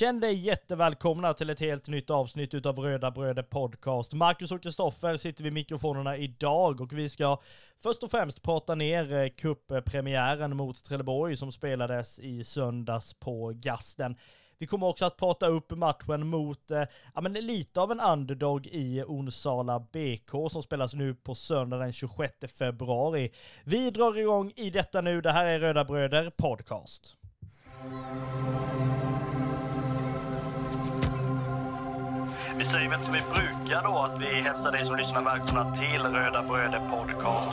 Känn dig jättevälkomna till ett helt nytt avsnitt utav Röda Bröder podcast. Marcus och Kristoffer sitter vid mikrofonerna idag och vi ska först och främst prata ner cuppremiären mot Trelleborg som spelades i söndags på Gasten. Vi kommer också att prata upp matchen mot lite av en underdog i Onsala BK som spelas nu på söndag den 26 februari. Vi drar igång i detta nu. Det här är Röda Bröder podcast. Vi säger väl som vi brukar då att vi hälsar dig som lyssnar välkomna till Röda Bröder podcast.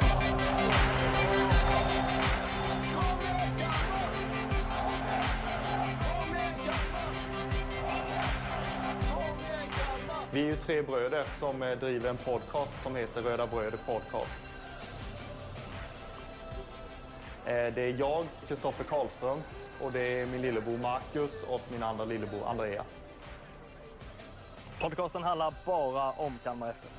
Vi är ju tre bröder som driver en podcast som heter Röda Bröder podcast. Det är jag, Kristoffer Karlström, och det är min lillebror Marcus och min andra lillebror Andreas. Podcasten handlar bara om Kalmar FF.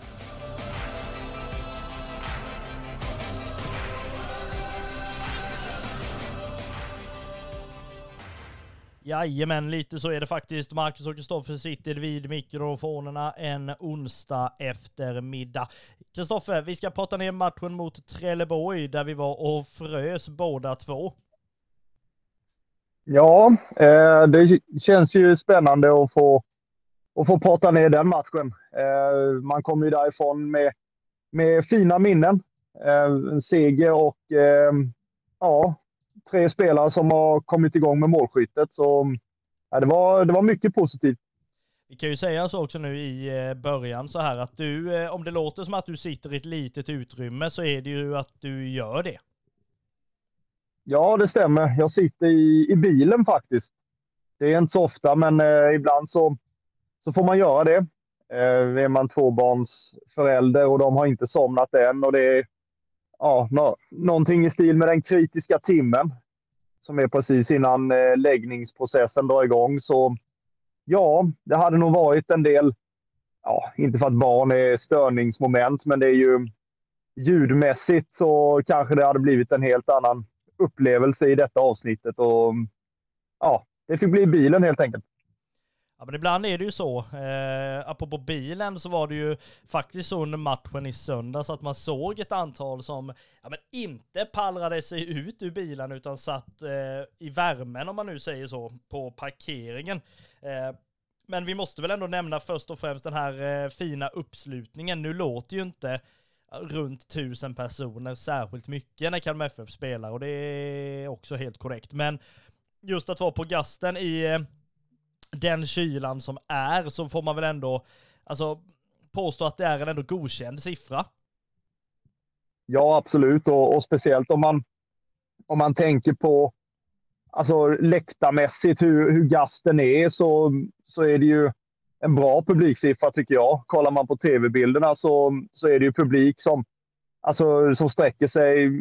Jajamän, lite så är det faktiskt. Marcus och Kristoffer sitter vid mikrofonerna en onsdag eftermiddag. Kristoffer, vi ska prata ner matchen mot Trelleborg där vi var och frös båda två. Ja, det känns ju spännande att få prata ner den matchen. Man kommer ju därifrån med fina minnen. En seger och tre spelare som har kommit igång med målskyttet. Så det var mycket positivt. Vi kan ju säga så också nu i början så här att du, om det låter som att du sitter i ett litet utrymme så är det ju att du gör det. Ja, det stämmer. Jag sitter i bilen faktiskt. Det är inte så ofta, men ibland så får man göra det. Är man tvåbarnsförälder och de har inte somnat än. Och det är någonting i stil med den kritiska timmen som är precis innan läggningsprocessen drar igång. Så ja, det hade nog varit en del, inte för att barn är störningsmoment, men det är ju ljudmässigt så kanske det hade blivit en helt annan upplevelse i detta avsnittet. Och det fick bli bilen helt enkelt. Ja, men ibland är det ju så. Apropå bilen så var det ju faktiskt så under matchen i söndags att man såg ett antal som inte pallrade sig ut ur bilen utan satt i värmen, om man nu säger så, på parkeringen. Men vi måste väl ändå nämna först och främst den här fina uppslutningen. Nu låter ju inte runt 1000 personer särskilt mycket när Kalmar FF spelar och det är också helt korrekt. Men just att vara på Gasten i den kylan som är så får man väl ändå påstå att det är en ändå godkänd siffra. Ja, absolut. Och speciellt om man tänker på läktarmässigt hur Gasten är så är det ju en bra publiksiffra tycker jag. Kollar man på tv-bilderna så är det ju publik som sträcker sig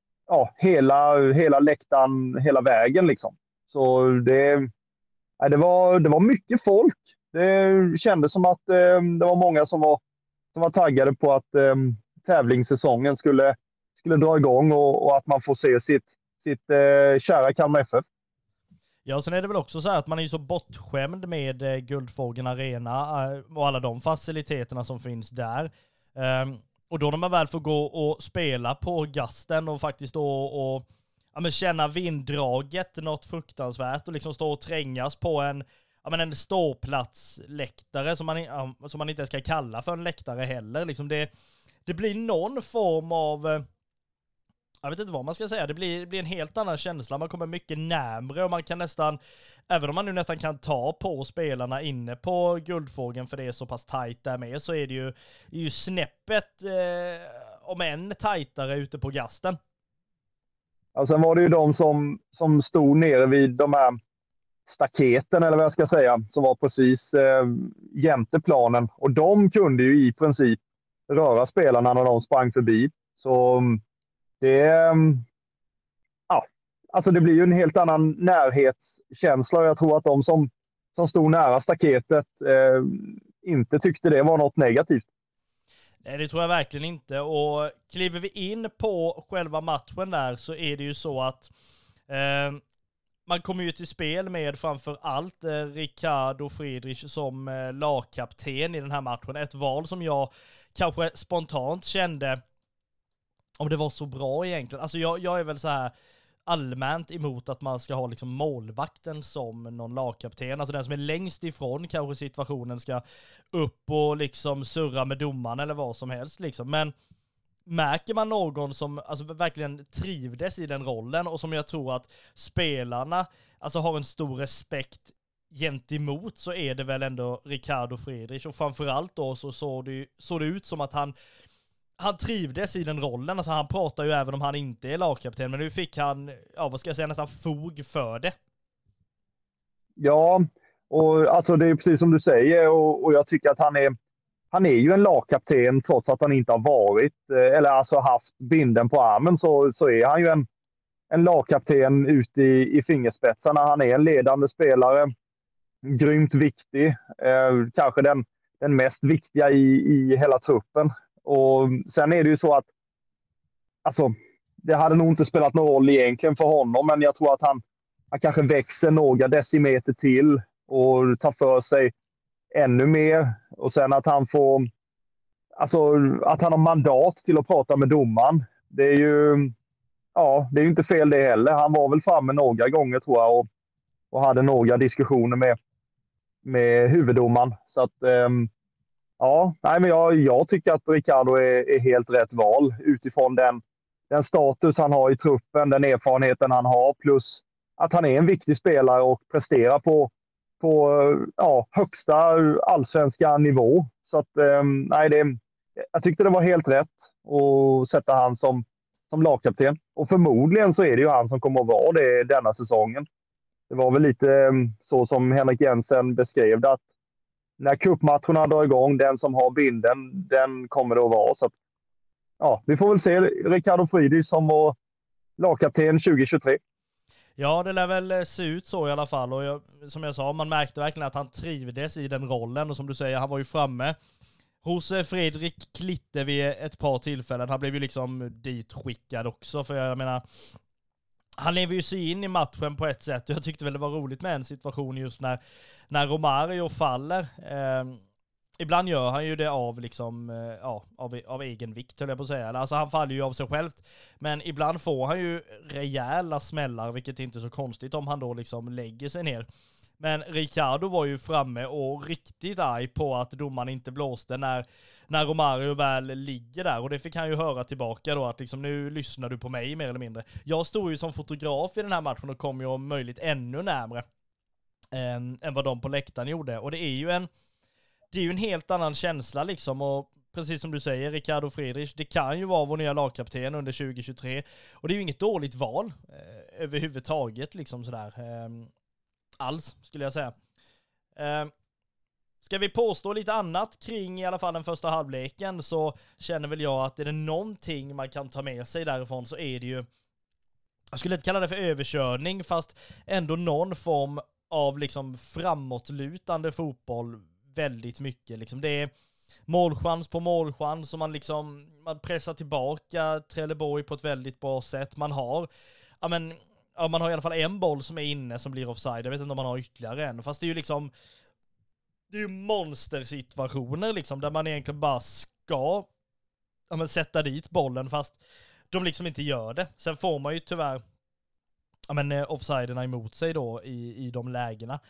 hela läktaren hela vägen liksom. Så det var mycket folk. Det kändes som att det var många som var taggade på att tävlingssäsongen skulle dra igång och att man får se sitt kära Kalmar FF. Ja, sen är det väl också så här att man är ju så bortskämd med Guldfågeln Arena och alla de faciliteterna som finns där. Och då när man väl får gå och spela på Gasten och faktiskt då känna vinddraget något fruktansvärt och liksom stå och trängas på en ståplatsläktare som man inte ska kalla för en läktare heller. Liksom det blir någon form av, jag vet inte vad man ska säga, det blir en helt annan känsla. Man kommer mycket närmre och man kan nästan, även om man nu nästan kan ta på spelarna inne på Guldfågeln för det är så pass tajt där med, så är det ju snäppet om än tajtare ute på Gasten. Ja, sen var det ju de som stod nere vid de här staketen eller vad jag ska säga, som var precis jämte planen. Och de kunde ju i princip röra spelarna när de sprang förbi. Så det blir ju en helt annan närhetskänsla. Jag tror att de som stod nära staketet inte tyckte det var något negativt. Nej, det tror jag verkligen inte. Och kliver vi in på själva matchen där så är det ju så att man kommer ju till spel med framför allt Ricardo Friedrich som lagkapten i den här matchen. Ett val som jag kanske spontant kände om det var så bra egentligen. Alltså jag är väl så här allmänt emot att man ska ha liksom målvakten som någon lagkapten. Alltså den som är längst ifrån kanske situationen ska upp och liksom surra med domaren eller vad som helst liksom. Men märker man någon som alltså verkligen trivdes i den rollen och som jag tror att spelarna alltså har en stor respekt gentemot, så är det väl ändå Ricardo Friedrich. Och framförallt då så såg det ut som att han trivdes i den rollen. Alltså han pratar ju även om han inte är lagkapten, men nu fick han, ja vad ska jag säga, nästan fog för det. Ja, och alltså det är precis som du säger, och jag tycker att han är ju en lagkapten trots att han inte har varit, eller alltså haft binden på armen, så är han ju en lagkapten ute i fingerspetsarna. Han är en ledande spelare, grymt viktig, kanske den mest viktiga i hela truppen. Och sen är det ju så att alltså, det hade nog inte spelat någon roll egentligen för honom, men jag tror att han kanske växer några decimeter till och tar för sig ännu mer. Och sen att han får, alltså att han har mandat till att prata med domaren. Det är ju, ja, det är ju inte fel det heller. Han var väl framme några gånger tror jag och hade några diskussioner med huvuddomaren. Så att, ja, nej, men jag tycker att Ricardo är helt rätt val utifrån den status han har i truppen, den erfarenheten han har, plus att han är en viktig spelare och presterar på ja, högsta allsvenska nivå. Så att, nej, jag tyckte det var helt rätt att sätta han som lagkapten. Och förmodligen så är det ju han som kommer att vara det denna säsongen. Det var väl lite så som Henrik Jensen beskrev det, att när cupmatcherna drar igång, den som har binden, den kommer det att vara. Så att, ja, vi får väl se Ricardo Friedrich som vår lagkapten 2023. Ja, det lär väl se ut så i alla fall. Och som jag sa, man märkte verkligen att han trivdes i den rollen. Och som du säger, han var ju framme hos Fredrik Klitte vid ett par tillfällen. Han blev ju liksom dit skickad också. För jag menar, han lever ju sig in i matchen på ett sätt. Jag tyckte väl det var roligt med en situation just när Romario faller. Ibland gör han ju det av liksom, ja, av egen vikt, höll jag på att säga. Alltså han faller ju av sig själv. Men ibland får han ju rejäla smällar, vilket är inte är så konstigt om han då liksom lägger sig ner. Men Ricardo var ju framme och riktigt arg på att domaren inte blåste när Romario väl ligger där. Och det fick han ju höra tillbaka då, att liksom, nu lyssnar du på mig mer eller mindre. Jag stod ju som fotograf i den här matchen och kom ju om möjligt ännu närmare än vad de på läktaren gjorde. Och det är ju en helt annan känsla liksom. Och precis som du säger, Ricardo Friedrich, det kan ju vara vår nya lagkapten under 2023. Och det är ju inget dåligt val överhuvudtaget liksom sådär. Alls, skulle jag säga. Ska vi påstå lite annat kring i alla fall den första halvleken, så känner väl jag att är det någonting man kan ta med sig därifrån, så är det ju, jag skulle inte kalla det för överkörning, fast ändå någon form av liksom framåtlutande fotboll väldigt mycket. Liksom det är målchans på målchans, och man pressar tillbaka Trelleborg på ett väldigt bra sätt. Man har i alla fall en boll som är inne som blir offside. Jag vet inte om man har ytterligare en. Fast det är ju liksom, det är ju monstersituationer liksom, där man egentligen bara ska sätta dit bollen, fast de liksom inte gör det. Sen får man ju tyvärr offsiderna emot sig då i de lägena.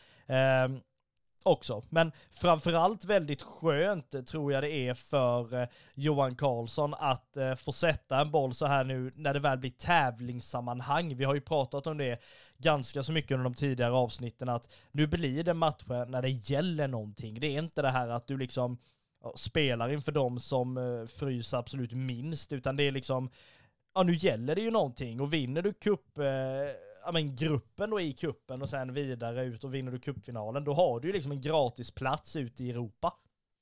Också. Men framförallt väldigt skönt tror jag det är för Johan Karlsson att få sätta en boll så här nu när det väl blir tävlingssammanhang. Vi har ju pratat om det ganska så mycket under de tidigare avsnitten, att nu blir det matcher när det gäller någonting. Det är inte det här att du liksom spelar inför dem som fryser absolut minst, utan det är liksom, ja, nu gäller det ju någonting, och vinner du gruppen då i kuppen och sen vidare ut och vinner du cupfinalen, då har du ju liksom en gratis plats ute i Europa.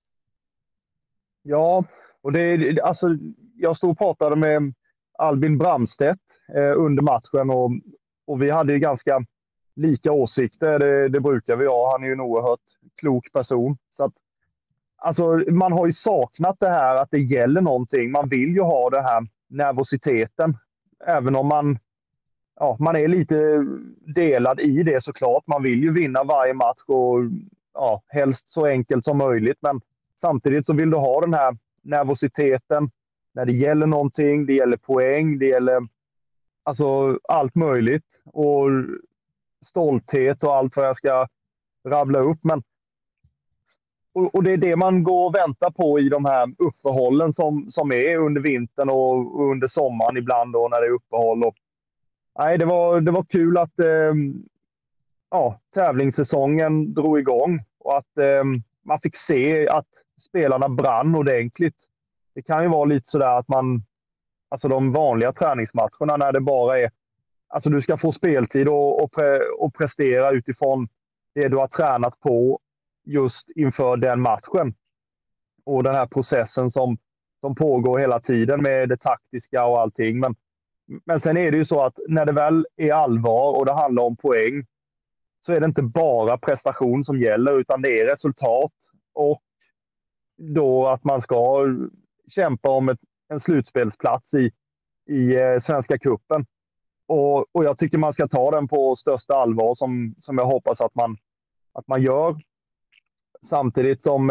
Ja, och alltså, jag stod och pratade med Albin Bramstedt under matchen och vi hade ju ganska lika åsikter. Det brukar vi ha. Han är ju en oerhört klok person. Så att, alltså, man har ju saknat det här att det gäller någonting. Man vill ju ha det här nervositeten. Även om man ja, man är lite delad i det såklart. Man vill ju vinna varje match och ja, helst så enkelt som möjligt. Men samtidigt så vill du ha den här nervositeten när det gäller någonting. Det gäller poäng, det gäller alltså allt möjligt. Och stolthet och allt vad jag ska rabbla upp. Men, och det är det man går och väntar på i de här uppehållen som är under vintern och under sommaren ibland då när det är uppehåll. Och, nej, det var kul att tävlingssäsongen drog igång och att man fick se att spelarna brann ordentligt. Det kan ju vara lite sådär att alltså de vanliga träningsmatcherna när det bara är, alltså du ska få speltid och prestera utifrån det du har tränat på just inför den matchen. Och den här processen som pågår hela tiden med det taktiska och allting. Men sen är det ju så att när det väl är allvar och det handlar om poäng så är det inte bara prestation som gäller utan det är resultat och då att man ska kämpa om en slutspelsplats i Svenska cupen. Och jag tycker man ska ta den på största allvar som jag hoppas att man gör. Samtidigt som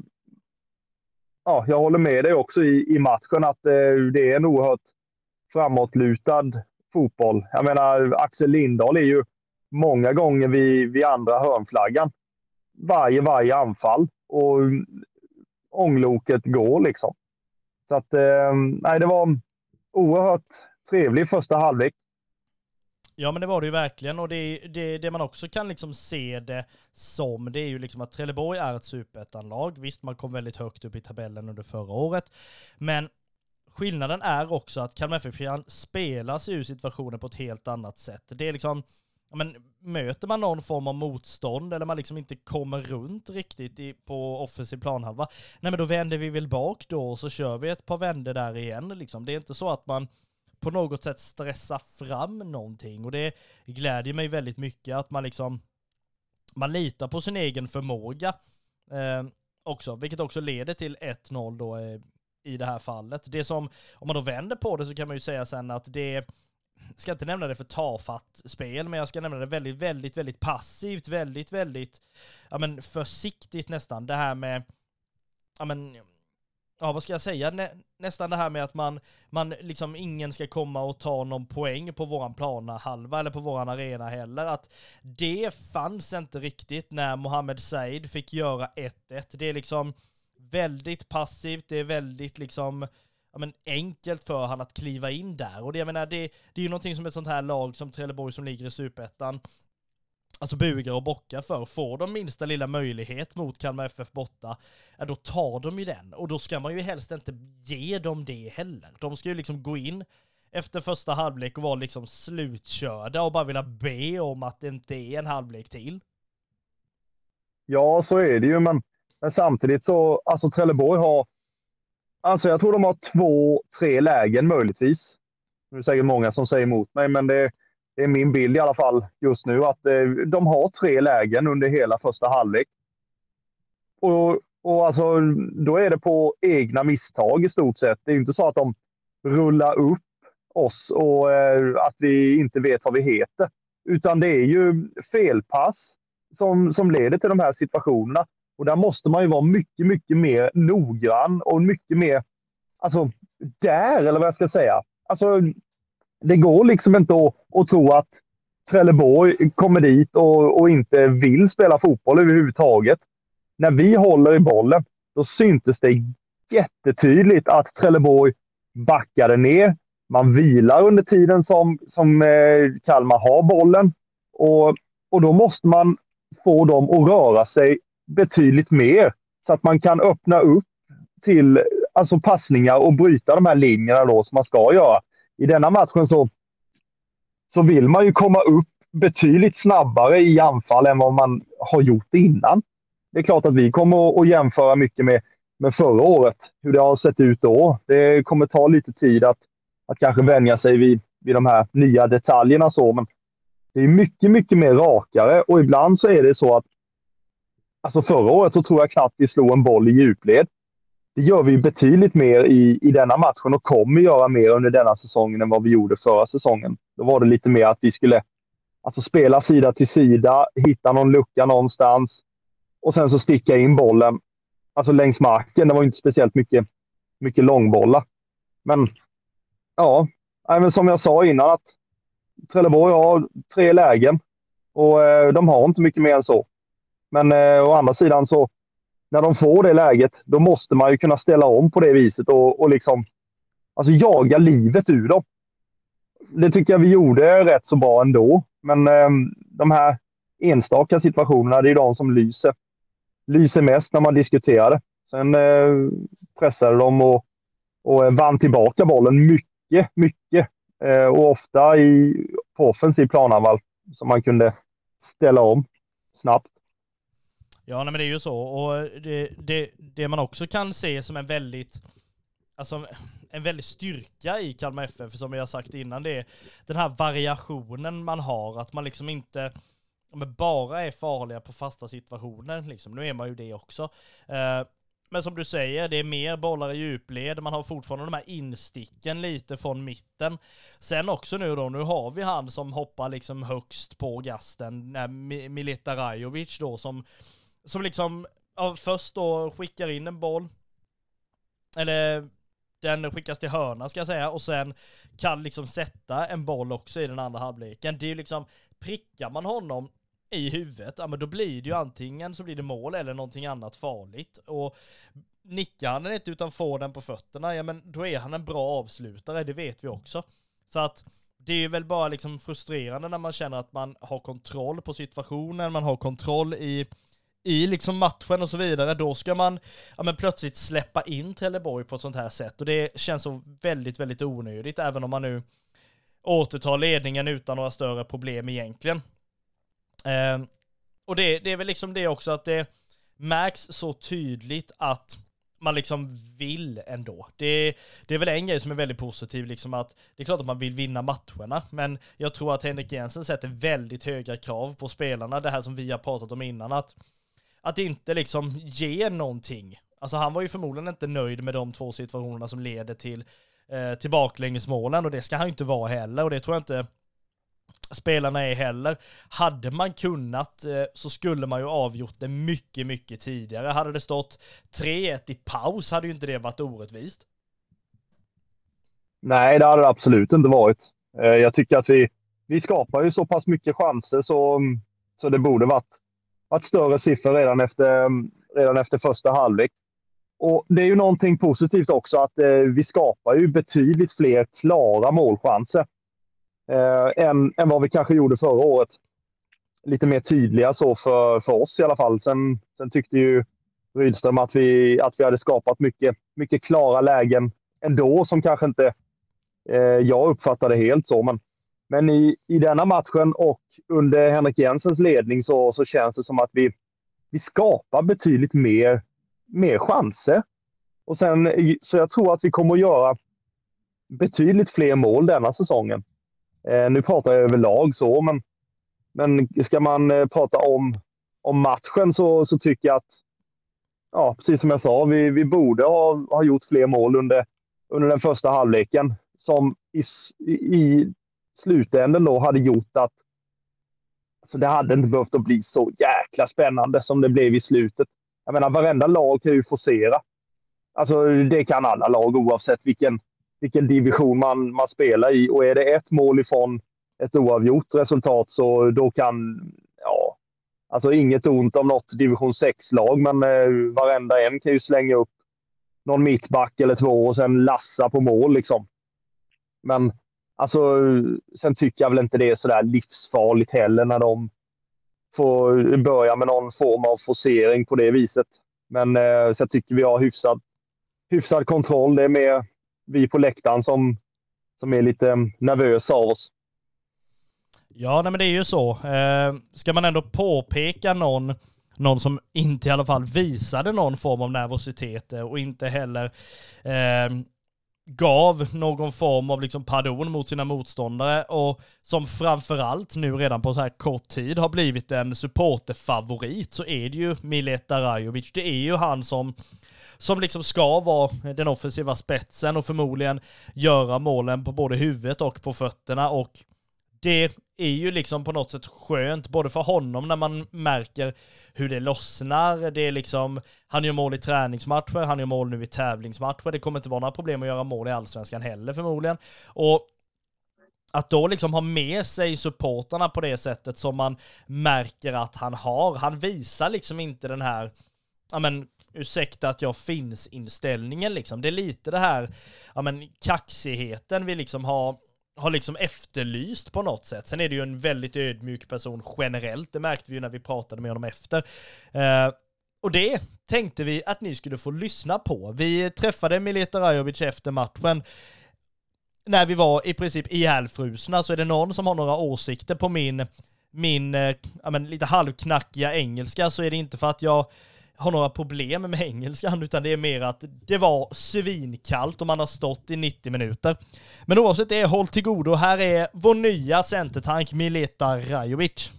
jag håller med dig också i matchen att det är en oerhört framåtlutad fotboll. Jag menar, Axel Lindahl är ju många gånger vid andra hörnflaggan. Varje anfall. Och ångloket går liksom. Så att, det var oerhört trevlig första halvlek. Ja, men det var det ju verkligen, och det man också kan liksom se det som, det är ju liksom att Trelleborg är ett superettanlag. Visst, man kom väldigt högt upp i tabellen under förra året, men skillnaden är också att Kalmar FF kan spela sig ur situationen på ett helt annat sätt. Det är liksom, men möter man någon form av motstånd eller man liksom inte kommer runt riktigt på offensiv planhalva, nej men då vänder vi väl bak då och så kör vi ett par vänder där igen liksom. Det är inte så att man på något sätt stressa fram någonting, och det glädjer mig väldigt mycket att man litar på sin egen förmåga också, vilket också leder till 1-0 då i det här fallet. Det som, om man då vänder på det så kan man ju säga sen att det, ska inte nämna det för tafatt spel, men jag ska nämna det väldigt, väldigt, väldigt passivt, väldigt, väldigt försiktigt nästan. Det här med vad ska jag säga? Nästan det här med att man liksom ingen ska komma och ta någon poäng på våran planahalva eller på våran arena heller. Att det fanns inte riktigt när Mohamed Said fick göra 1-1. Det är liksom väldigt passivt, det är väldigt liksom enkelt för han att kliva in där. Och det, jag menar, det är ju någonting som ett sånt här lag som Trelleborg som ligger i Superettan alltså bugar och bockar för. Får de minsta lilla möjlighet mot Kalmar FF borta, då tar de ju den. Och då ska man ju helst inte ge dem det heller. De ska ju liksom gå in efter första halvlek och vara liksom slutkörda och bara vilja be om att det inte är en halvlek till. Ja, så är det ju. Men samtidigt så, alltså Trelleborg har, alltså jag tror de har 2-3 lägen möjligtvis. Det är säkert många som säger emot mig, men det är min bild i alla fall just nu att de har 3 lägen under hela första halvlek. Och alltså, då är det på egna misstag i stort sett. Det är inte så att de rullar upp oss och att vi inte vet vad vi heter. Utan det är ju felpass som leder till de här situationerna. Och där måste man ju vara mycket, mycket mer noggrann och mycket mer, alltså eller vad jag ska säga. Alltså, det går liksom inte att tro att Trelleborg kommer dit och inte vill spela fotboll överhuvudtaget. När vi håller i bollen, då syntes det jättetydligt att Trelleborg backade ner. Man vilar under tiden som Kalmar har bollen. Och då måste man få dem att röra sig betydligt mer. Så att man kan öppna upp till alltså passningar och bryta de här linjerna då som man ska göra. I denna matchen så vill man ju komma upp betydligt snabbare i anfall än vad man har gjort innan. Det är klart att vi kommer att jämföra mycket med förra året. Hur det har sett ut då. Det kommer ta lite tid att kanske vänja sig vid de här nya detaljerna så. Men det är mycket, mycket mer rakare. Och ibland så är det så att alltså förra året så tror jag knappt vi slog en boll i djupled. Det gör vi betydligt mer i denna matchen och kommer göra mer under denna säsongen än vad vi gjorde förra säsongen. Då var det lite mer att vi skulle alltså spela sida till sida, hitta någon lucka någonstans och sen så sticka in bollen alltså längs marken. Det var inte speciellt mycket långbollar. Men ja, även som jag sa innan att Trelleborg har 3 lägen och de har inte mycket mer än så. Men å andra sidan så när de får det läget, då måste man ju kunna ställa om på det viset och liksom alltså jaga livet ur dem. Det tycker jag vi gjorde rätt så bra ändå. Men de här enstaka situationerna, det är de som lyser mest när man diskuterar det. Sen pressade de och vann tillbaka bollen mycket. Och ofta på offensiv plananfall som man kunde ställa om snabbt. Ja, nej, men det är ju så. Och det man också kan se som en väldigt styrka i Kalmar FF, som jag har sagt innan, det är den här variationen man har. Att man liksom inte bara är farliga på fasta situationer. Liksom. Nu är man ju det också. Men som du säger, det är mer bollar i djupled. Man har fortfarande de här insticken lite från mitten. Sen också nu har vi han som hoppar liksom högst på gasten. Mileta Rajovic då som liksom först då skickar in en boll. Eller den skickas till hörna ska jag säga. Och sen kan liksom sätta en boll också i den andra halvleken. Det är ju liksom, prickar man honom i huvudet, ja men då blir det ju antingen så blir det mål eller någonting annat farligt. Och nickar han den inte utan får den på fötterna, ja men då är han en bra avslutare, det vet vi också. Så att det är väl bara liksom frustrerande när man känner att man har kontroll på situationen, man har kontroll i liksom matchen och så vidare. Då ska man plötsligt släppa in Trelleborg på ett sånt här sätt. Och det känns så väldigt, väldigt onödigt, även om man nu återtar ledningen utan några större problem egentligen. Och det är väl liksom det också, att det märks så tydligt att man liksom vill ändå. Det är väl en grej som är väldigt positiv, liksom att det är klart att man vill vinna matcherna, men jag tror att Henrik Jensen sätter väldigt höga krav på spelarna, det här som vi har pratat om innan, att inte liksom ge någonting. Alltså han var ju förmodligen inte nöjd med de 2 situationerna som leder till baklängesmålen, och det ska han ju inte vara heller, och det tror jag inte spelarna är heller. Hade man kunnat så skulle man ju avgjort det mycket, mycket tidigare. Hade det stått 3-1 i paus hade ju inte det varit orättvist. Nej, det hade det absolut inte varit. Jag tycker att vi skapar ju så pass mycket chanser så det borde varit större siffror redan efter första halvlek. Och det är ju någonting positivt också att vi skapar ju betydligt fler klara målchanser än vad vi kanske gjorde förra året. Lite mer tydliga så för oss i alla fall. Sen tyckte ju Rydström att vi hade skapat mycket klara lägen ändå, som kanske inte jag uppfattade helt så. Men i denna matchen och under Henrik Jensens ledning så känns det som att vi skapar betydligt mer chanser. Och sen, så jag tror att vi kommer att göra betydligt fler mål denna säsongen. Nu pratar jag överlag så, men ska man prata om matchen så tycker jag att, ja, precis som jag sa, vi borde ha gjort fler mål under den första halvleken, som i slutänden då hade gjort att alltså det hade inte behövt att bli så jäkla spännande som det blev i slutet. Jag menar, varenda lag kan ju forcera. Alltså det kan alla lag oavsett vilken division man spelar i. Och är det ett mål ifrån ett oavgjort resultat så då kan, ja, alltså inget ont om något division 6-lag, men varenda en kan ju slänga upp någon mittback eller 2 och sen lassa på mål liksom. Men alltså, sen tycker jag väl inte det är sådär livsfarligt heller när de får börja med någon form av forcering på det viset. Men så jag tycker vi har hyfsad kontroll. Det är mer vi på läktaren som är lite nervösa av oss. Ja, nej, men det är ju så. Ska man ändå påpeka någon som inte i alla fall visade någon form av nervositet och inte heller gav någon form av liksom pardon mot sina motståndare, och som framförallt nu redan på så här kort tid har blivit en supporterfavorit, så är det ju Mileta Rajovic. Det är ju han som liksom ska vara den offensiva spetsen och förmodligen göra målen på både huvudet och på fötterna, och det är ju liksom på något sätt skönt både för honom när man märker hur det lossnar. Det är liksom, han gör mål i träningsmatcher, han gör mål nu i tävlingsmatcher. Det kommer inte vara några problem att göra mål i Allsvenskan heller förmodligen. Och att då liksom ha med sig supporterna på det sättet som man märker att han har. Han visar liksom inte den här, ja men, ursäkta att jag finns inställningen liksom. Det är lite det här, ja men, kaxigheten vi liksom har liksom efterlyst på något sätt. Sen är det ju en väldigt ödmjuk person generellt. Det märkte vi ju när vi pratade med honom efter. Och det tänkte vi att ni skulle få lyssna på. Vi träffade Mileta Rajovic efter matchen. När vi var i princip ihjälfrusna, så är det någon som har några åsikter på min ja men, lite halvknackiga engelska, så är det inte för att jag har några problem med engelskan, utan det är mer att det var svinkallt och man har stått i 90 minuter. Men oavsett det, håll till godo. Här är vår nya centertank Mileta Rajovic.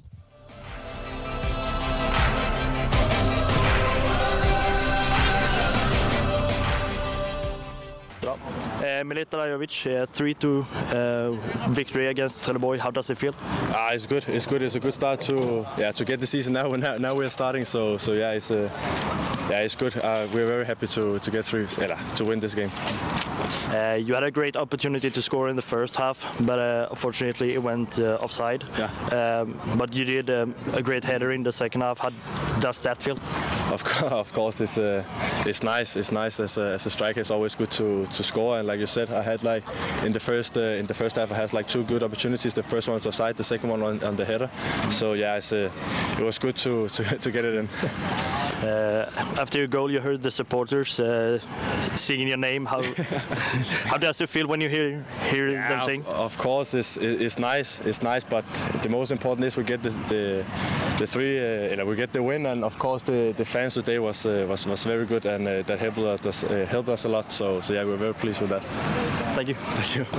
Mileta Rajovic, 3-2 victory against Trelleborg. How does it feel? It's good. It's good. It's a good start to get the season now. Now we're starting. So yeah, it's good. We're very happy to get through, to win this game. You had a great opportunity to score in the first half, but unfortunately it went offside. Yeah. But you did a great header in the second half. How does that feel? Of course, it's nice. It's nice as a striker. It's always good to score. And like you said, I had like in the first half, I had like 2 good opportunities. The first one was offside, the second one on the header. So yeah, it was good to get it in. After your goal, you heard the supporters singing your name. How does it feel when you hear them sing? Of course, it's nice. It's nice, but the most important is we get the 3. We get the win, and of course the fans today was very good, and that helped us a lot. So yeah, we're very pleased with that. Thank you. Thank you.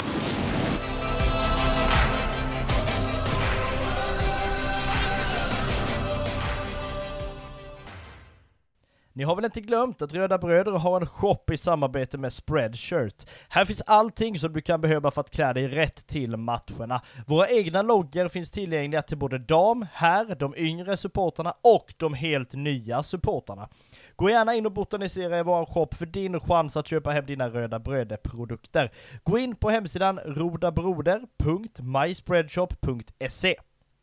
Ni har väl inte glömt att Röda Bröder har en shop i samarbete med Spreadshirt. Här finns allting som du kan behöva för att klä dig rätt till matcherna. Våra egna loggor finns tillgängliga till både de yngre supporterna och de helt nya supporterna. Gå gärna in och botanisera i vår shop för din chans att köpa hem dina Röda Bröder-produkter. Gå in på hemsidan rodabroder.myspreadshop.se.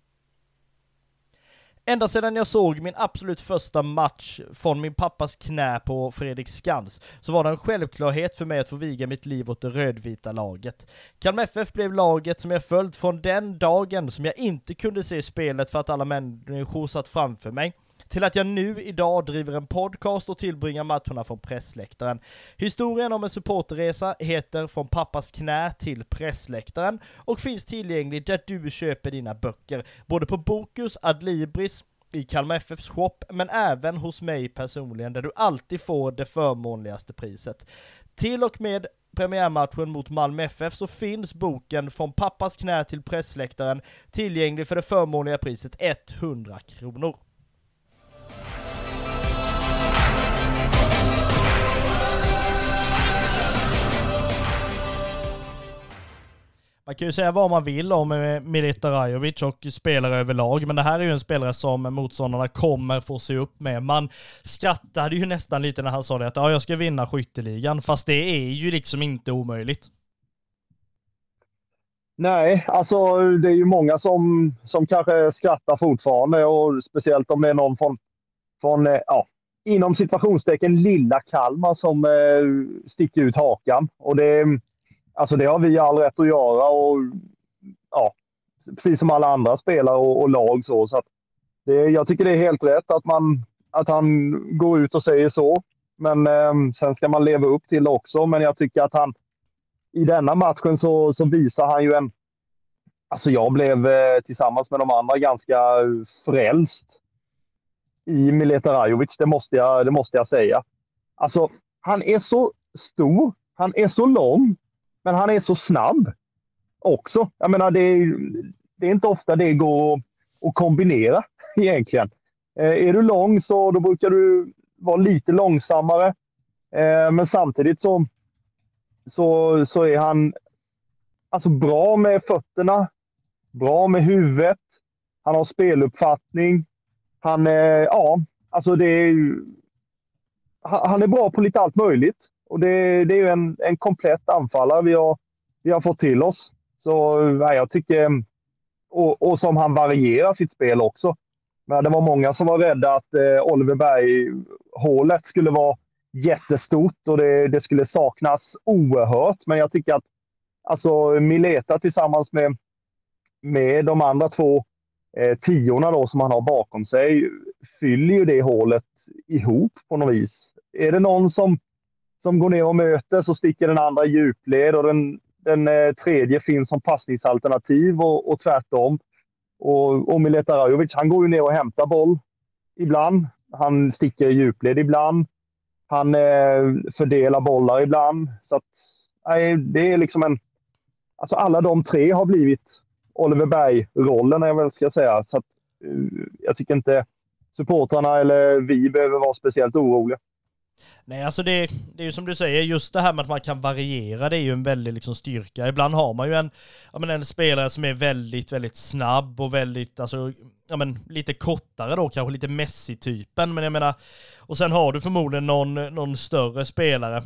Ända sedan jag såg min absolut första match från min pappas knä på Fredriksskans så var det en självklarhet för mig att få viga mitt liv åt det rödvita laget. Kalmar FF blev laget som jag följt från den dagen som jag inte kunde se spelet för att alla människor satt framför mig, till att jag nu idag driver en podcast och tillbringar matcherna från pressläktaren. Historien om en supporterresa heter Från pappas knä till pressläktaren och finns tillgänglig där du köper dina böcker. Både på Bokus, Adlibris, i Kalmar FFs shop, men även hos mig personligen där du alltid får det förmånligaste priset. Till och med premiärmatchen mot Malmö FF så finns boken Från pappas knä till pressläktaren tillgänglig för det förmånliga priset 100 kronor. Man kan ju säga vad man vill om Mileta Rajovic och spelare överlag, men det här är ju en spelare som motståndarna kommer få se upp med. Man skrattade ju nästan lite när han sa det att jag ska vinna skytteligan, fast det är ju liksom inte omöjligt. Nej, alltså det är ju många som kanske skrattar fortfarande, och speciellt om det är någon från inom situationstecken lilla Kalmar som sticker ut hakan. Och det har vi all rätt att göra, och precis som alla andra spelare och lag så att jag tycker det är helt rätt att han går ut och säger så, men sen ska man leva upp till det också. Men jag tycker att han i denna matchen så visar han ju jag blev tillsammans med de andra ganska frälst i Mileta Rajovic, det måste jag säga. Alltså, han är så stor, han är så lång, men han är så snabb också. Jag menar, det är inte ofta det går att kombinera egentligen. Är du lång så då brukar du vara lite långsammare. Men samtidigt så är han alltså bra med fötterna. bra med huvudet. Han har speluppfattning. Han är, alltså det är, han är bra på lite allt möjligt. Och det är ju en komplett anfallare vi har fått till oss. Så jag tycker, och som han varierar sitt spel också. Men det var många som var rädda att Oliver Berg-hålet skulle vara jättestort och det skulle saknas oerhört. Men jag tycker att alltså Mileta tillsammans med de andra två tiorna då som han har bakom sig fyller ju det hålet ihop på något vis. Är det någon som går ner och möter så sticker den andra i djupled och den tredje finns som passningsalternativ och tvärtom. Och Mileta Rajovic, han går ju ner och hämtar boll ibland. Han sticker i djupled ibland. Han fördelar bollar ibland. Så att, det är liksom alltså alla de tre har blivit Oliver Berg-rollen, jag väl ska säga. Så att, jag tycker inte supportrarna eller vi behöver vara speciellt oroliga. Nej, alltså det är ju som du säger, just det här med att man kan variera, det är ju en väldig liksom styrka. Ibland har man ju en spelare som är väldigt, väldigt snabb och väldigt, alltså, lite kortare då, kanske lite Messi-typen. Men jag menar, och sen har du förmodligen någon större spelare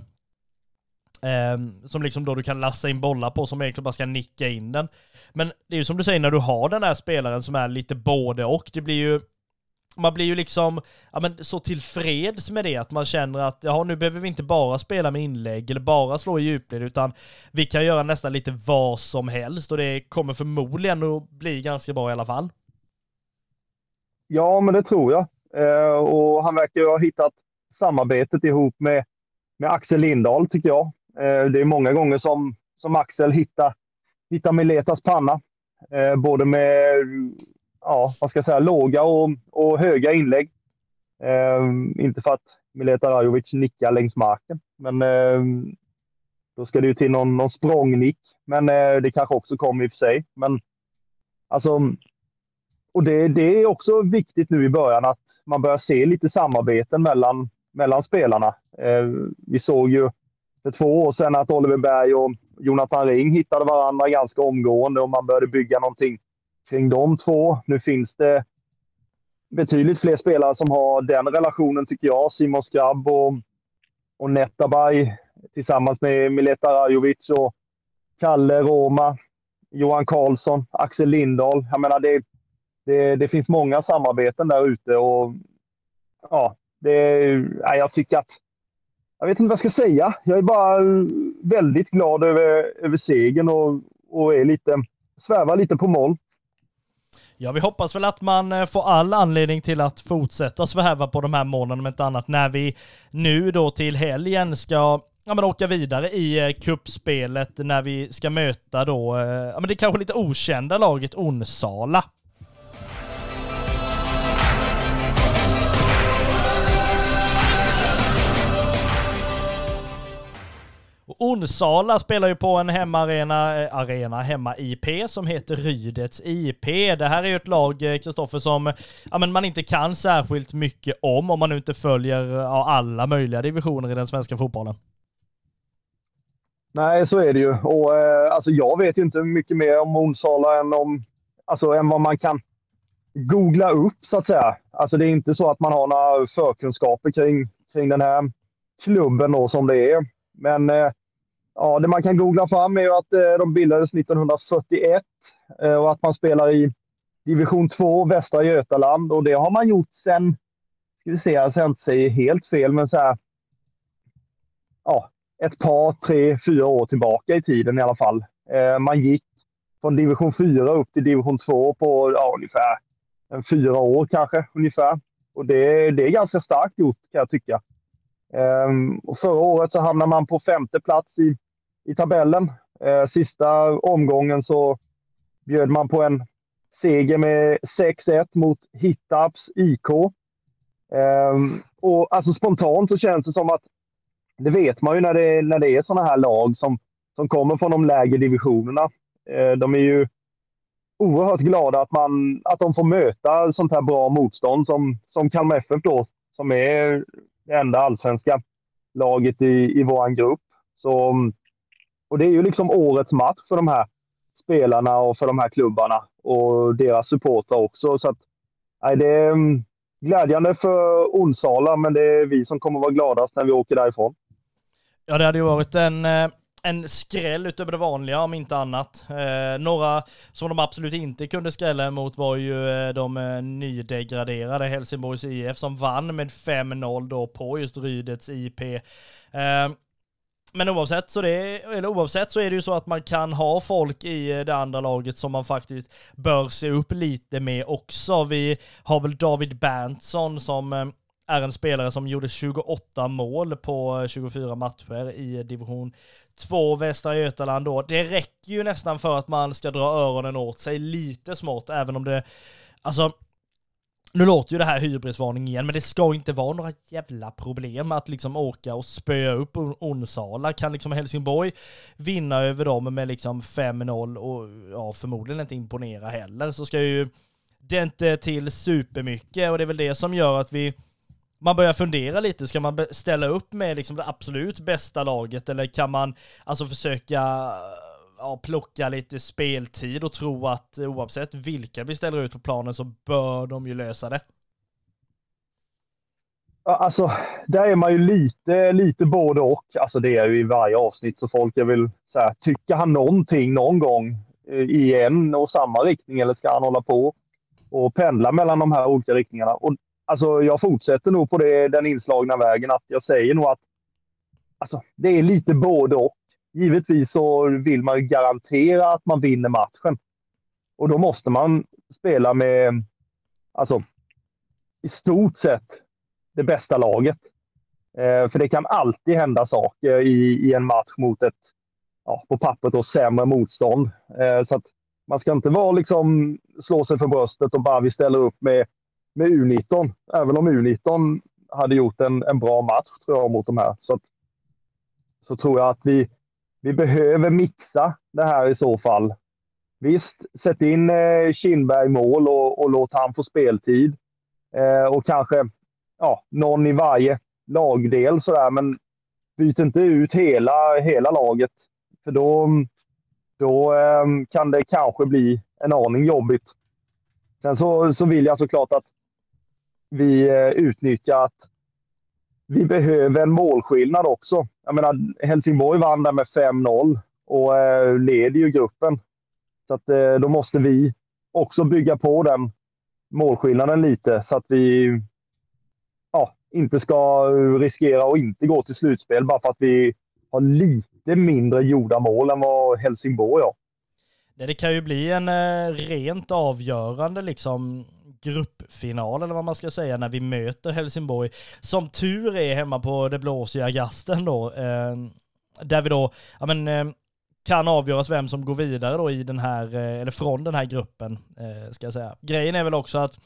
som liksom då du kan lassa in bollar på, som egentligen bara ska nicka in den. Men det är ju som du säger, när du har den här spelaren som är lite både och, man blir ju liksom så tillfreds med det att man känner att nu behöver vi inte bara spela med inlägg eller bara slå i djupled, utan vi kan göra nästan lite vad som helst och det kommer förmodligen att bli ganska bra i alla fall. Ja, men det tror jag. Och han verkar ju ha hittat samarbetet ihop med Axel Lindahl, tycker jag. Det är många gånger som Axel hittar Miletas panna. Både med låga och höga inlägg. Inte för att Mileta Rajovic nickar längs marken, men då ska det ju till någon språngnick. Men det kanske också kommer i och för sig. Men alltså, och det är också viktigt nu i början att man börjar se lite samarbeten mellan spelarna. Vi såg ju för 2 år sedan att Oliver Berg och Jonathan Ring hittade varandra ganska omgående och man började bygga någonting kring de två. Nu finns det betydligt fler spelare som har den relationen, tycker jag. Simon Skrabb och Netabay tillsammans med Mileta Rajovic och Kalle Roma, Johan Karlsson, Axel Lindahl. Jag menar, det finns många samarbeten där ute och jag tycker att jag vet inte vad jag ska säga. Jag är bara väldigt glad över segern och svävar lite på mål. Ja, vi hoppas väl att man får all anledning till att fortsätta sväva på de här månaderna, med ett annat, när vi nu då till helgen ska åka vidare i kuppspelet, när vi ska möta då det kanske lite okända laget Onsala. Onsala spelar ju på en hemma-IP som heter Rydets IP. Det här är ju ett lag, Kristoffer, som man inte kan särskilt mycket om man nu inte följer alla möjliga divisioner i den svenska fotbollen. Nej, så är det ju. Och alltså jag vet ju inte mycket mer om Onsala än vad man kan googla upp, så att säga. Alltså det är inte så att man har några förkunskaper kring den här klubben då, som det är. Men det man kan googla fram är ju att de bildades 1941 och att man spelar i division 2 Västra Götaland, och det har man gjort sen, ska vi se, jag ska inte säga helt fel, men så här, ett par, 3, 4 år tillbaka i tiden i alla fall. Man gick från division 4 upp till division 2 på ungefär 4 år kanske ungefär. Och det är ganska starkt gjort, kan jag tycka. Och förra året så hamnade man på 5:e plats i tabellen. Sista omgången så bjöd man på en seger med 6-1 mot Hittarps IK. Och alltså spontant så känns det som att det vet man ju när det är sådana här lag som kommer från de lägre divisionerna. De är ju oerhört glada att de får möta sånt här bra motstånd som Kalmar FF då, som är det enda allsvenska laget i våran grupp. Så, och det är ju liksom årets match för de här spelarna och för de här klubbarna och deras supportrar också. Så att, nej, det är glädjande för Onsala, men det är vi som kommer vara gladast när vi åker därifrån. Ja, det hade ju varit en skräll utöver det vanliga om inte annat. Några som de absolut inte kunde skrälla emot var ju de nydegraderade Helsingborgs IF som vann med 5-0 då på just Rydets IP. Men oavsett så är det ju så att man kan ha folk i det andra laget som man faktiskt bör se upp lite med också. Vi har väl David Berntsson som är en spelare som gjorde 28 mål på 24 matcher i division 2 Västra Götaland då. Det räcker ju nästan för att man ska dra öronen åt sig lite smått, även om det, alltså, nu låter ju det här hybrisvarning igen, men det ska inte vara några jävla problem att liksom åka och spöa upp Onsala. Kan liksom Helsingborg vinna över dem med liksom 5-0 och ja, förmodligen inte imponera heller, så ska ju det inte till supermycket, och det är väl det som gör att man börjar fundera lite. Ska man ställa upp med liksom det absolut bästa laget, eller kan man alltså försöka plocka lite speltid och tro att oavsett vilka vi ställer ut på planen så bör de ju lösa det? Alltså, där är man ju lite både och. Alltså det är ju i varje avsnitt, så folk är väl så här, tycker han någonting någon gång i en och samma riktning, eller ska han hålla på och pendla mellan de här olika riktningarna? Och alltså, jag fortsätter nog på den inslagna vägen, att jag säger nog att alltså, det är lite både och. Givetvis så vill man ju garantera att man vinner matchen. Och då måste man spela med, alltså, i stort sett det bästa laget. För det kan alltid hända saker i en match mot ett, på pappret och sämre motstånd. Så att man ska inte vara liksom slå sig för bröstet och bara vi ställer upp med U19. Även om U19 hade gjort en bra match, tror jag, mot de här. Så tror jag att vi behöver mixa det här i så fall. Visst, sätt in Kindberg mål och låt han få speltid. Och kanske någon i varje lagdel sådär, men byt inte ut hela laget. För då kan det kanske bli en aning jobbigt. Sen så vill jag såklart att vi utnyttjar att vi behöver en målskillnad också. Jag menar, Helsingborg vann där med 5-0 och leder ju gruppen. Så att då måste vi också bygga på den målskillnaden lite, så att vi inte ska riskera att inte gå till slutspel bara för att vi har lite mindre gjorda mål än vad Helsingborg har. Det kan ju bli en rent avgörande liksom gruppfinal, eller vad man ska säga, när vi möter Helsingborg. Som tur är hemma på det blåsiga Gasten då, där vi då kan avgöras vem som går vidare då i den här, eller från den här gruppen, ska jag säga. Grejen är väl också att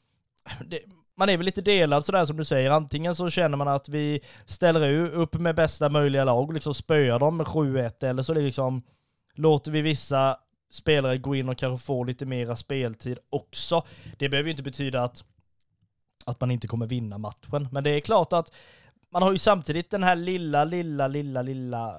man är väl lite delad sådär som du säger. Antingen så känner man att vi ställer upp med bästa möjliga lag och liksom spöar dem med 7-1, eller så liksom låter vi vissa spelare gå in och kanske få lite mera speltid också. Det behöver ju inte betyda att man inte kommer vinna matchen. Men det är klart att man har ju samtidigt den här lilla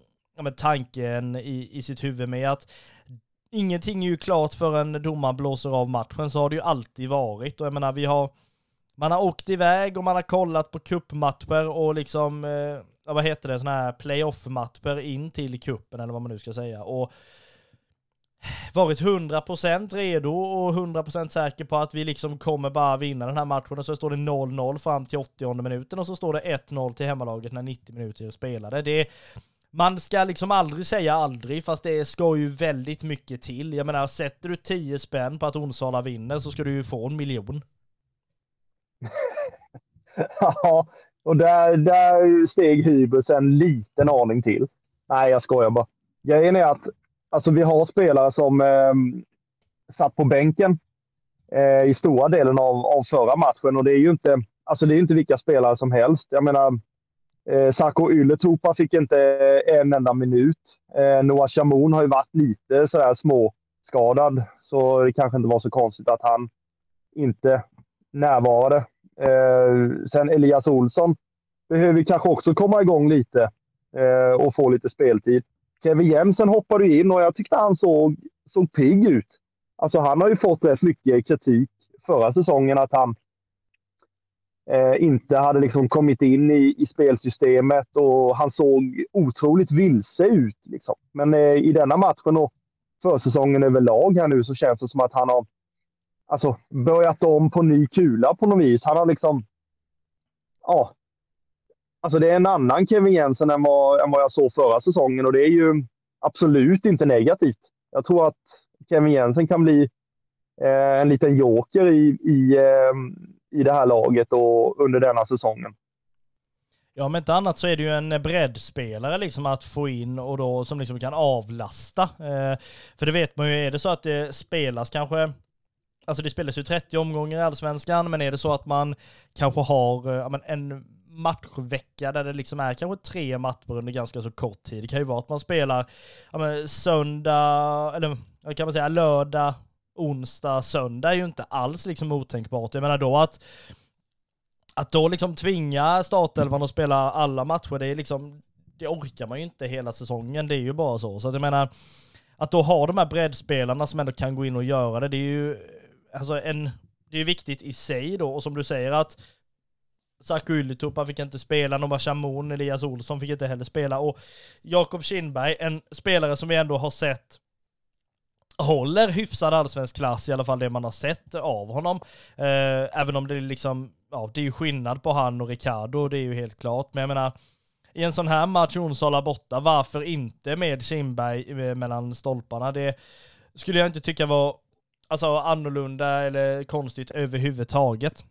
tanken i sitt huvud med att ingenting är ju klart förrän domaren blåser av matchen. Så har det ju alltid varit. Och jag menar, man har åkt iväg och man har kollat på cupmatcher och liksom, vad heter det, såna här playoff-matcher in till kuppen, eller vad man nu ska säga. Och varit 100% redo och 100% säker på att vi liksom kommer bara vinna den här matchen, och så står det 0-0 fram till 80:e minuten och så står det 1-0 till hemmalaget när 90 minuter är spelade. Man ska liksom aldrig säga aldrig, fast det ska ju väldigt mycket till. Jag menar, sätter du 10 spänn på att Onsala vinner så ska du ju få 1 miljon. Ja, och där steg Hybris en liten aning till. Nej, jag skojar bara. Grejen är att alltså, vi har spelare som satt på bänken i stora delen av förra matchen, och det är ju inte vilka spelare som helst. Jag menar, Sarko Ylätupa fick inte en enda minut. Noah Chamoun har ju varit lite sådär småskadad, så det kanske inte var så konstigt att han inte närvarade. Sen Elias Olsson behöver kanske också komma igång lite och få lite speltid. Kevin Jensen hoppade in och jag tyckte han såg såg pigg ut. Alltså han har ju fått rätt mycket kritik förra säsongen att han inte hade liksom kommit in i spelsystemet och han såg otroligt vilse ut. Liksom. Men i denna matchen och försäsongen överlag här nu så känns det som att han har börjat om på ny kula på något vis. Han har liksom, ja, alltså det är en annan Kevin Jensen än vad jag såg förra säsongen och det är ju absolut inte negativt. Jag tror att Kevin Jensen kan bli en liten joker i det här laget och under denna säsongen. Ja, men inte annat så är det ju en breddspelare liksom att få in och då som liksom kan avlasta. För det vet man ju, är det så att det spelas kanske, alltså det spelas ju 30 omgångar i Allsvenskan, men är det så att man kanske har en matchvecka där det liksom är kanske 3 matcher under ganska så kort tid. Det kan ju vara att man spelar söndag, eller kan man säga lördag, onsdag, söndag är ju inte alls liksom otänkbart. Jag menar då att då liksom tvinga startelvan att spela alla matcher, det är liksom, det orkar man ju inte hela säsongen, det är ju bara så. Så att jag menar, att då ha de här breddspelarna som ändå kan gå in och göra det, det är ju alltså det är viktigt i sig då. Och som du säger att Saku Ylitupa fick inte spela, Noah Chamoun, Elias Olsson fick inte heller spela, och Jakob Kindberg, en spelare som vi ändå har sett håller hyfsad allsvensk klass, i alla fall det man har sett av honom. Även om det är liksom, ja, det är ju skillnad på han och Ricardo, det är ju helt klart. Men jag menar, i en sån här match, Onsala borta, varför inte med Kindberg mellan stolparna? Det skulle jag inte tycka var alltså annorlunda eller konstigt överhuvudtaget.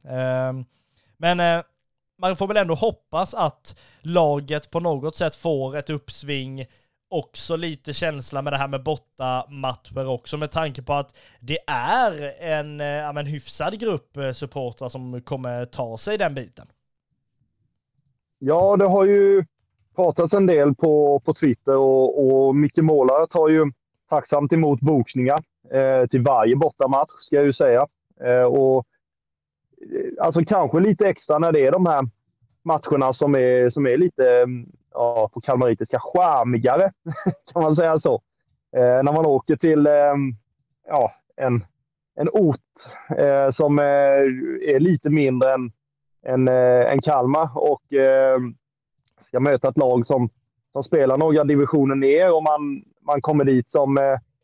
Men man får väl ändå hoppas att laget på något sätt får ett uppsving, också lite känsla med det här med bortamatcher också, med tanke på att det är en hyfsad grupp supportrar som kommer ta sig den biten. Ja, det har ju pratats en del på Twitter och Micke Målare tar ju tacksamt emot bokningar till varje bortamatch, ska jag ju säga. Och alltså kanske lite extra när det är de här matcherna som är lite, ja, på kalmaritiska charmigare, kan man säga så. När man åker till en ort som är lite mindre än Kalmar och ska möta ett lag som spelar några divisioner ner, och man kommer dit som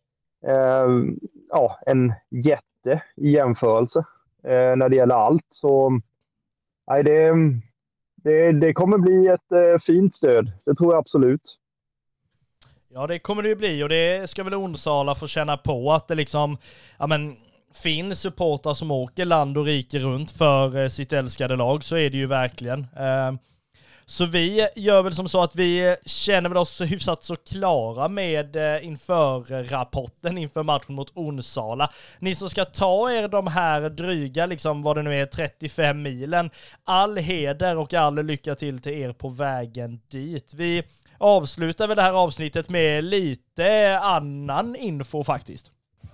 en jätte i jämförelse när det gäller allt. Så nej, det kommer bli ett fint stöd. Det tror jag absolut. Ja, det kommer det ju bli, och det ska väl Onsala få känna på, att det liksom finns supportrar som åker land och rike runt för sitt älskade lag, så är det ju verkligen. Så vi gör väl som så att vi känner väl oss hyfsat så klara med inför rapporten inför matchen mot Onsala. Ni som ska ta er de här dryga, liksom vad det nu är, 35 milen. All heder och all lycka till er på vägen dit. Vi avslutar väl det här avsnittet med lite annan info faktiskt.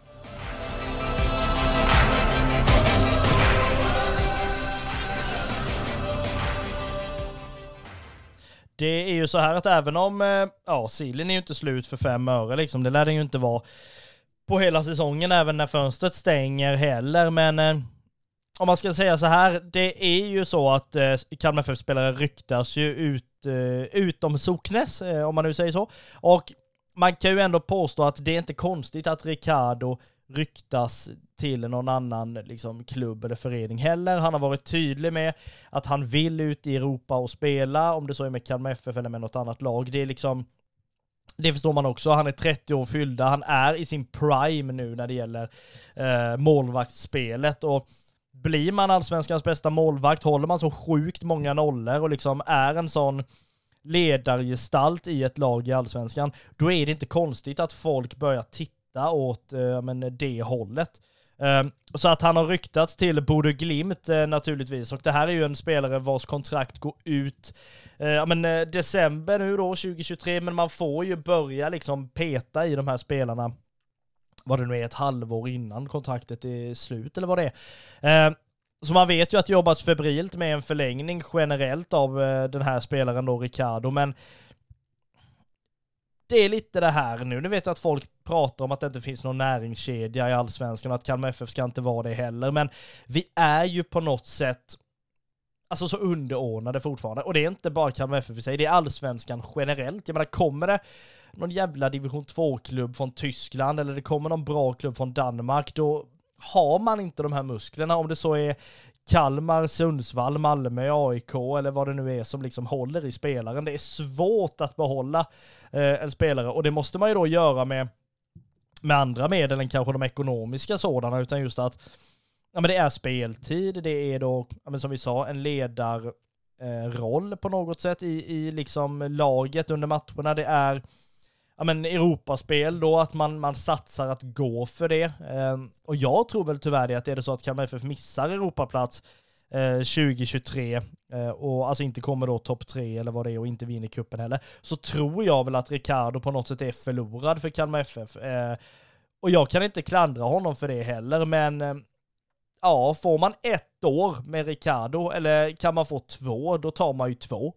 Det är ju så här att även om silen är ju inte slut för 5 öre liksom, det lär den ju inte vara på hela säsongen även när fönstret stänger heller, men om man ska säga så här, det är ju så att Kalmar FF-spelare ryktas ju utom Soknes, om man nu säger så, och man kan ju ändå påstå att det är inte konstigt att Ricardo ryktas till någon annan liksom klubb eller förening heller. Han har varit tydlig med att han vill ut i Europa och spela, om det så är med Kalmar FF eller med något annat lag. Det är liksom, det förstår man också. Han är 30 år fyllda. Han är i sin prime nu när det gäller målvaktsspelet, och blir man allsvenskans bästa målvakt, håller man så sjukt många nollor och liksom är en sån ledargestalt i ett lag i allsvenskan, då är det inte konstigt att folk börjar titta åt det hållet. Så att han har ryktats till Bodø Glimt naturligtvis, och det här är ju en spelare vars kontrakt går ut december nu då 2023, men man får ju börja liksom peta i de här spelarna, vad det nu är, ett halvår innan kontraktet är slut eller vad det är. Så man vet ju att det jobbas febrilt med en förlängning generellt av den här spelaren då, Ricardo, men det är lite det här nu. Nu vet jag att folk pratar om att det inte finns någon näringskedja i Allsvenskan och att Kalmar FF ska inte vara det heller. Men vi är ju på något sätt alltså så underordnade fortfarande. Och det är inte bara Kalmar FF i sig, det är Allsvenskan generellt. Jag menar, kommer det någon jävla division 2-klubb från Tyskland eller det kommer någon bra klubb från Danmark, då har man inte de här musklerna. Om det så är Kalmar, Sundsvall, Malmö, AIK eller vad det nu är som liksom håller i spelaren. Det är svårt att behålla en spelare och det måste man ju då göra med andra medel än kanske de ekonomiska sådana, utan just att ja, men det är speltid, det är då ja, men som vi sa en ledarroll på något sätt i liksom laget under matcherna. Det är ja, men Europaspel då, att man satsar att gå för det. Och jag tror väl tyvärr det att är det så att Kalmar FF missar Europaplats 2023 och alltså inte kommer då topp 3 eller vad det är och inte vinner kuppen heller, så tror jag väl att Ricardo på något sätt är förlorad för Kalmar FF. Och jag kan inte klandra honom för det heller, men ja, får man 1 år med Ricardo eller kan man få 2, då tar man ju 2.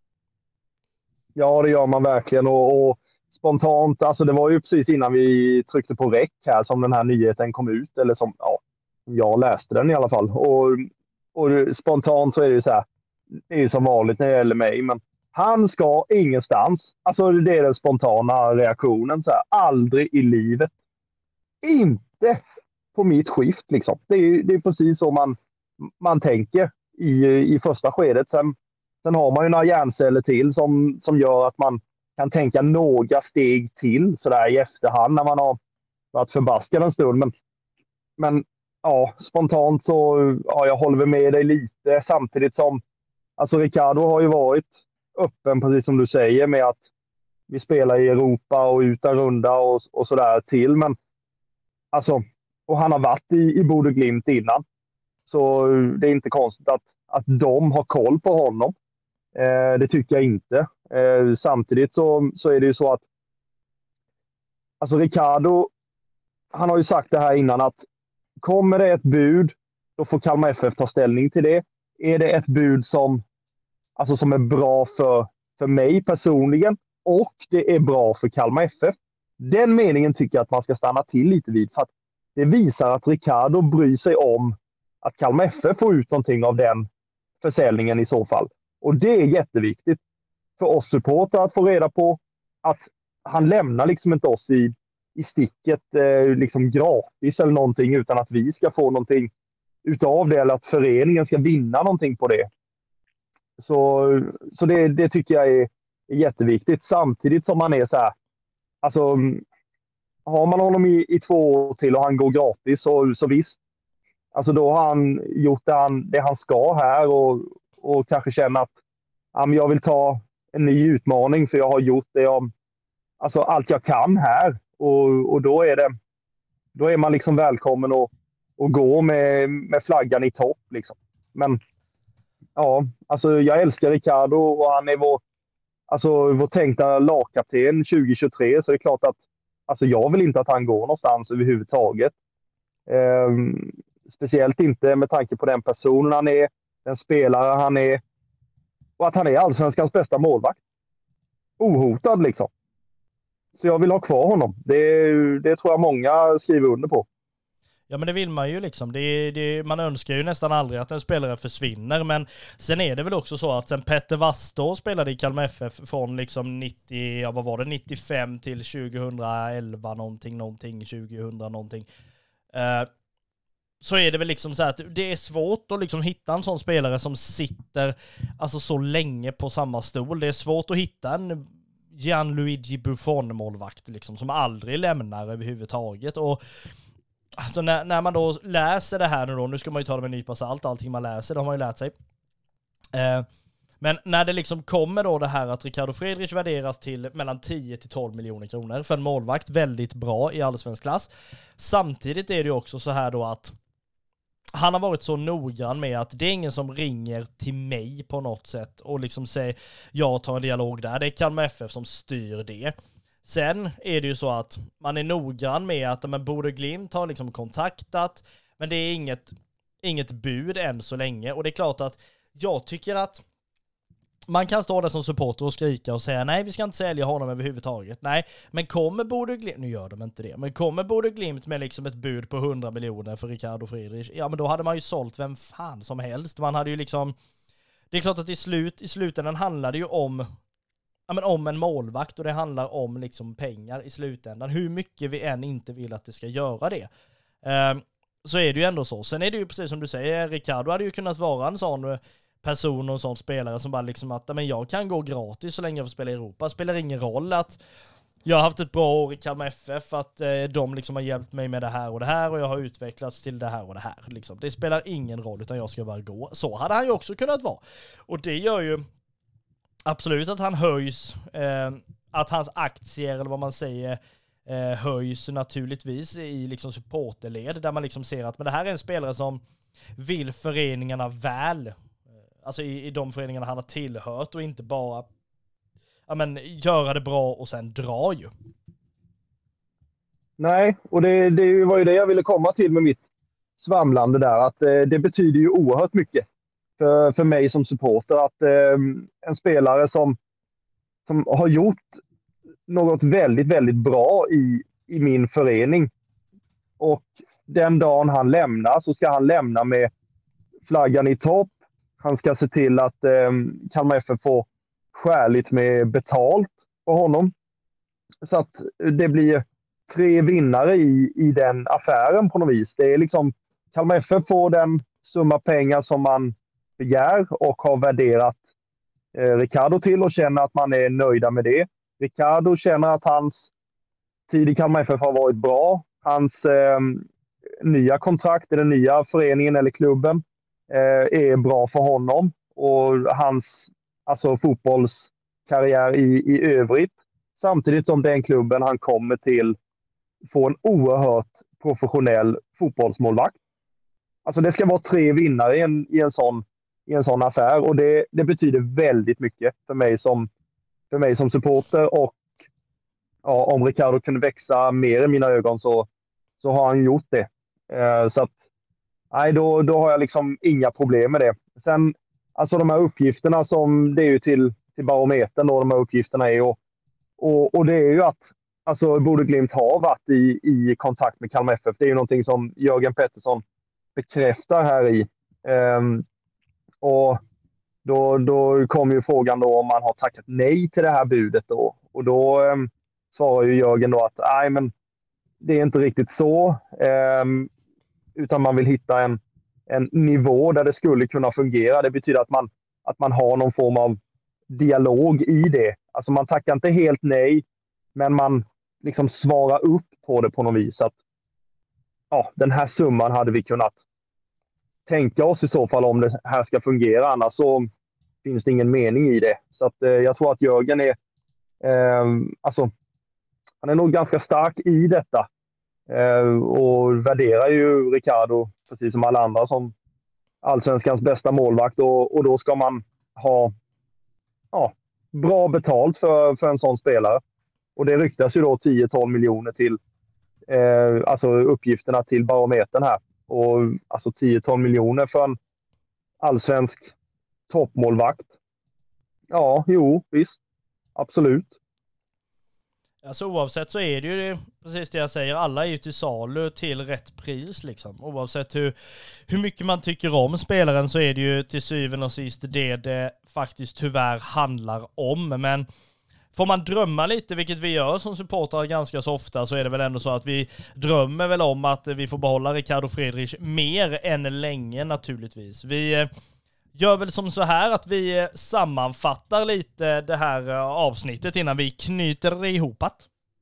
Ja, det gör man verkligen och spontant, alltså det var ju precis innan vi tryckte på räck här som den här nyheten kom ut, eller som jag läste den i alla fall. Och spontant så är det ju så här, det är ju som vanligt när det gäller mig, men han ska ingenstans. Alltså det är den spontana reaktionen så här, aldrig i livet. Inte på mitt skift liksom. Det är precis så man tänker i första skedet. Sen har man ju några hjärnceller till som gör att man kan tänka några steg till sådär i efterhand när man har varit förbaskad en stund. Men ja, spontant så jag håller med dig lite, samtidigt som alltså Ricardo har ju varit öppen, precis som du säger, med att vi spelar i Europa och ut en runda och sådär till. Men alltså, och han har varit i Bodø Glimt innan. Så det är inte konstigt att de har koll på honom. Det tycker jag inte. Samtidigt så är det ju så att alltså Ricardo, han har ju sagt det här innan att kommer det ett bud, då får Kalmar FF ta ställning till det. Är det ett bud som är bra för mig personligen och det är bra för Kalmar FF, den meningen tycker jag att man ska stanna till lite vid, för att det visar att Ricardo bryr sig om att Kalmar FF får ut någonting av den försäljningen i så fall. Och det är jätteviktigt för oss supportrar att få reda på att han lämnar liksom inte oss i sticket liksom gratis eller någonting, utan att vi ska få någonting utav det eller att föreningen ska vinna någonting på det. Så det tycker jag är jätteviktigt. Samtidigt som man är så här, alltså har man honom i 2 år till och han går gratis så visst. Alltså då har han gjort det han ska här och kanske känner att jag vill ta en ny utmaning för jag har gjort det allt jag kan här. Och då är man liksom välkommen att gå med flaggan i topp liksom. Men ja, alltså jag älskar Ricardo och han är vår tänkta lagkapten 2023, så det är klart att alltså jag vill inte att han går någonstans överhuvudtaget. Speciellt inte med tanke på den personen han är, den spelare han är och att han är Allsvenskans bästa målvakt. Ohotad liksom. Så jag vill ha kvar honom. Det tror jag många skriver under på. Ja, men det vill man ju liksom. Man önskar ju nästan aldrig att en spelare försvinner, men sen är det väl också så att sen Petter Wastå spelade i Kalmar FF från liksom 95 till 2011 någonting 2000 någonting. Så är det väl liksom så här att det är svårt att liksom hitta en sån spelare som sitter alltså så länge på samma stol. Det är svårt att hitta en Gianluigi Buffon-målvakt liksom, som aldrig lämnar överhuvudtaget. Och alltså när man då läser det här nu ska man ju ta det med en nypa salt, allting man läser, det har man ju lärt sig. Men när det liksom kommer då det här att Ricardo Friedrich värderas till mellan 10 till 12 miljoner kronor för en målvakt, väldigt bra i allsvensk klass. Samtidigt är det ju också så här då att han har varit så noggrann med att det är ingen som ringer till mig på något sätt och liksom säger jag tar en dialog där. Det är Kalmar FF som styr det. Sen är det ju så att man är noggrann med att Bodø Glimt har liksom kontaktat, men det är inget bud än så länge. Och det är klart att jag tycker att man kan stå där som supporter och skrika och säga nej, vi ska inte sälja honom överhuvudtaget. Nej, men kommer Bodø Glimt, nu gör de inte det, men kommer Bodø Glimt med liksom ett bud på 100 miljoner för Ricardo Friedrich, ja men då hade man ju sålt vem fan som helst. Man hade ju liksom, det är klart att i slutändan handlar det ju om en målvakt, och det handlar om liksom pengar i slutändan. Hur mycket vi än inte vill att det ska göra det. Så är det ju ändå så. Sen är det ju precis som du säger, Ricardo hade ju kunnat vara en sån person och en sån spelare som bara liksom att men jag kan gå gratis så länge jag får spela i Europa. Spelar ingen roll att jag har haft ett bra år i Kalmar FF, att de liksom har hjälpt mig med det här och jag har utvecklats till det här och det här. Liksom. Det spelar ingen roll, utan jag ska bara gå. Så hade han ju också kunnat vara. Och det gör ju absolut att han höjs, att hans aktier eller vad man säger höjs naturligtvis i liksom supporterled, där man liksom ser att men det här är en spelare som vill föreningarna väl, alltså i de föreningarna han har tillhört, och inte bara göra det bra och sen dra ju. Nej, och det var ju det jag ville komma till med mitt svamlande där, att det betyder ju oerhört mycket för mig som supporter att en spelare som har gjort något väldigt, väldigt bra i min förening, och den dagen han lämnar så ska han lämna med flaggan i topp. Han ska se till att Kalmar FF får skäligt med betalt på honom, så att det blir 3 vinnare i den affären på något vis. Det är liksom Kalmar FF får den summa pengar som man begär och har värderat Ricardo till, och känner att man är nöjda med det. Ricardo känner att hans tid i Kalmar FF har varit bra. Hans nya kontrakt i den nya föreningen eller klubben är bra för honom och hans fotbollskarriär i övrigt. Samtidigt som den klubben han kommer till får en oerhört professionell fotbollsmålvakt. Alltså det ska vara 3 vinnare i en sån affär, och det betyder väldigt mycket för mig som supporter. Och ja, om Ricardo kunde växa mer i mina ögon så har han gjort det. Så att nej, då har jag liksom inga problem med det. Sen alltså de här uppgifterna som det är ju till barometern då, de här uppgifterna är och det är ju att alltså Bodø Glimt har varit i kontakt med Kalmar FF. Det är ju någonting som Jörgen Pettersson bekräftar här i. Och då kom ju frågan då om man har tackat nej till det här budet då. Och då svarar ju Jörgen då att nej, men det är inte riktigt så. Utan man vill hitta en nivå där det skulle kunna fungera. Det betyder att man har någon form av dialog i det. Alltså man tackar inte helt nej, men man liksom svarar upp på det på något vis. Att ja, den här summan hade vi kunnat tänka oss i så fall om det här ska fungera. Annars så finns det ingen mening i det. Så att jag tror att Jörgen är han är nog ganska stark i detta. Och värderar ju Ricardo precis som alla andra som allsvenskans bästa målvakt, och då ska man ha bra betalt för en sån spelare. Och det ryktas ju då 10-12 miljoner till uppgifterna till barometern här. Och alltså 10-12 miljoner för en allsvensk toppmålvakt. Ja, jo, visst. Absolut. Alltså oavsett så är det ju precis det jag säger. Alla är ju till salu till rätt pris liksom. Oavsett hur mycket man tycker om spelaren så är det ju till syvende och sist det faktiskt tyvärr handlar om. Men får man drömma lite, vilket vi gör som supportrar ganska så ofta, så är det väl ändå så att vi drömmer väl om att vi får behålla Ricardo Friedrich mer än länge naturligtvis. Vi gör väl som så här att vi sammanfattar lite det här avsnittet innan vi knyter ihop det.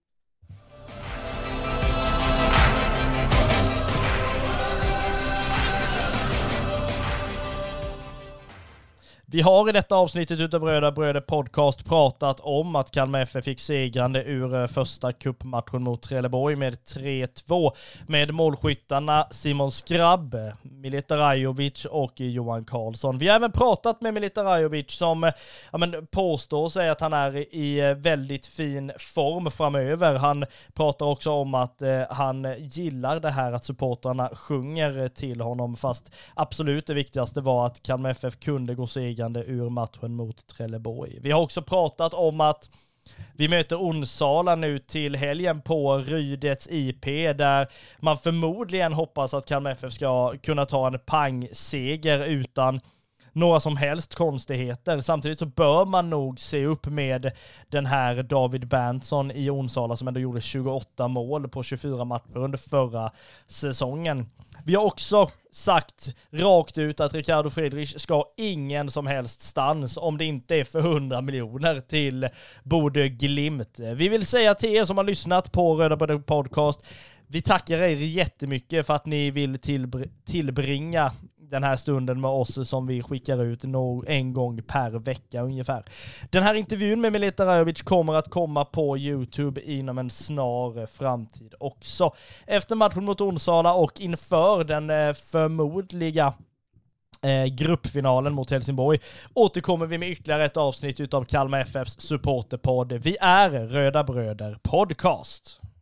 Vi har i detta avsnittet utav Bröder podcast pratat om att Kalmar FF fick segrande ur första cupmatchen mot Trelleborg med 3-2 med målskyttarna Simon Skrabb, Mileta Rajovic och Johan Karlsson. Vi har även pratat med Mileta Rajovic som påstår sig att han är i väldigt fin form framöver. Han pratar också om att han gillar det här att supportrarna sjunger till honom, fast absolut det viktigaste var att Kalmar FF kunde gå seger överstigande ur matchen mot Trelleborg. Vi har också pratat om att vi möter Onsala nu till helgen på Rydets IP, där man förmodligen hoppas att Kalmar FF ska kunna ta en pangseger utan några som helst konstigheter. Samtidigt så bör man nog se upp med den här David Berntsson i Onsala som ändå gjorde 28 mål på 24 matcher under förra säsongen. Vi har också sagt rakt ut att Ricardo Friedrich ska ingen som helst stans om det inte är för 100 miljoner till Bodø Glimt. Vi vill säga till er som har lyssnat på Röda Bröder Podcast, vi tackar er jättemycket för att ni vill tillbringa den här stunden med oss som vi skickar ut en gång per vecka ungefär. Den här intervjun med Mileta Rajovic kommer att komma på YouTube inom en snar framtid också. Efter matchen mot Onsala och inför den förmodliga gruppfinalen mot Helsingborg återkommer vi med ytterligare ett avsnitt utav Kalmar FFs supporterpodd. Vi är Röda Bröder Podcast.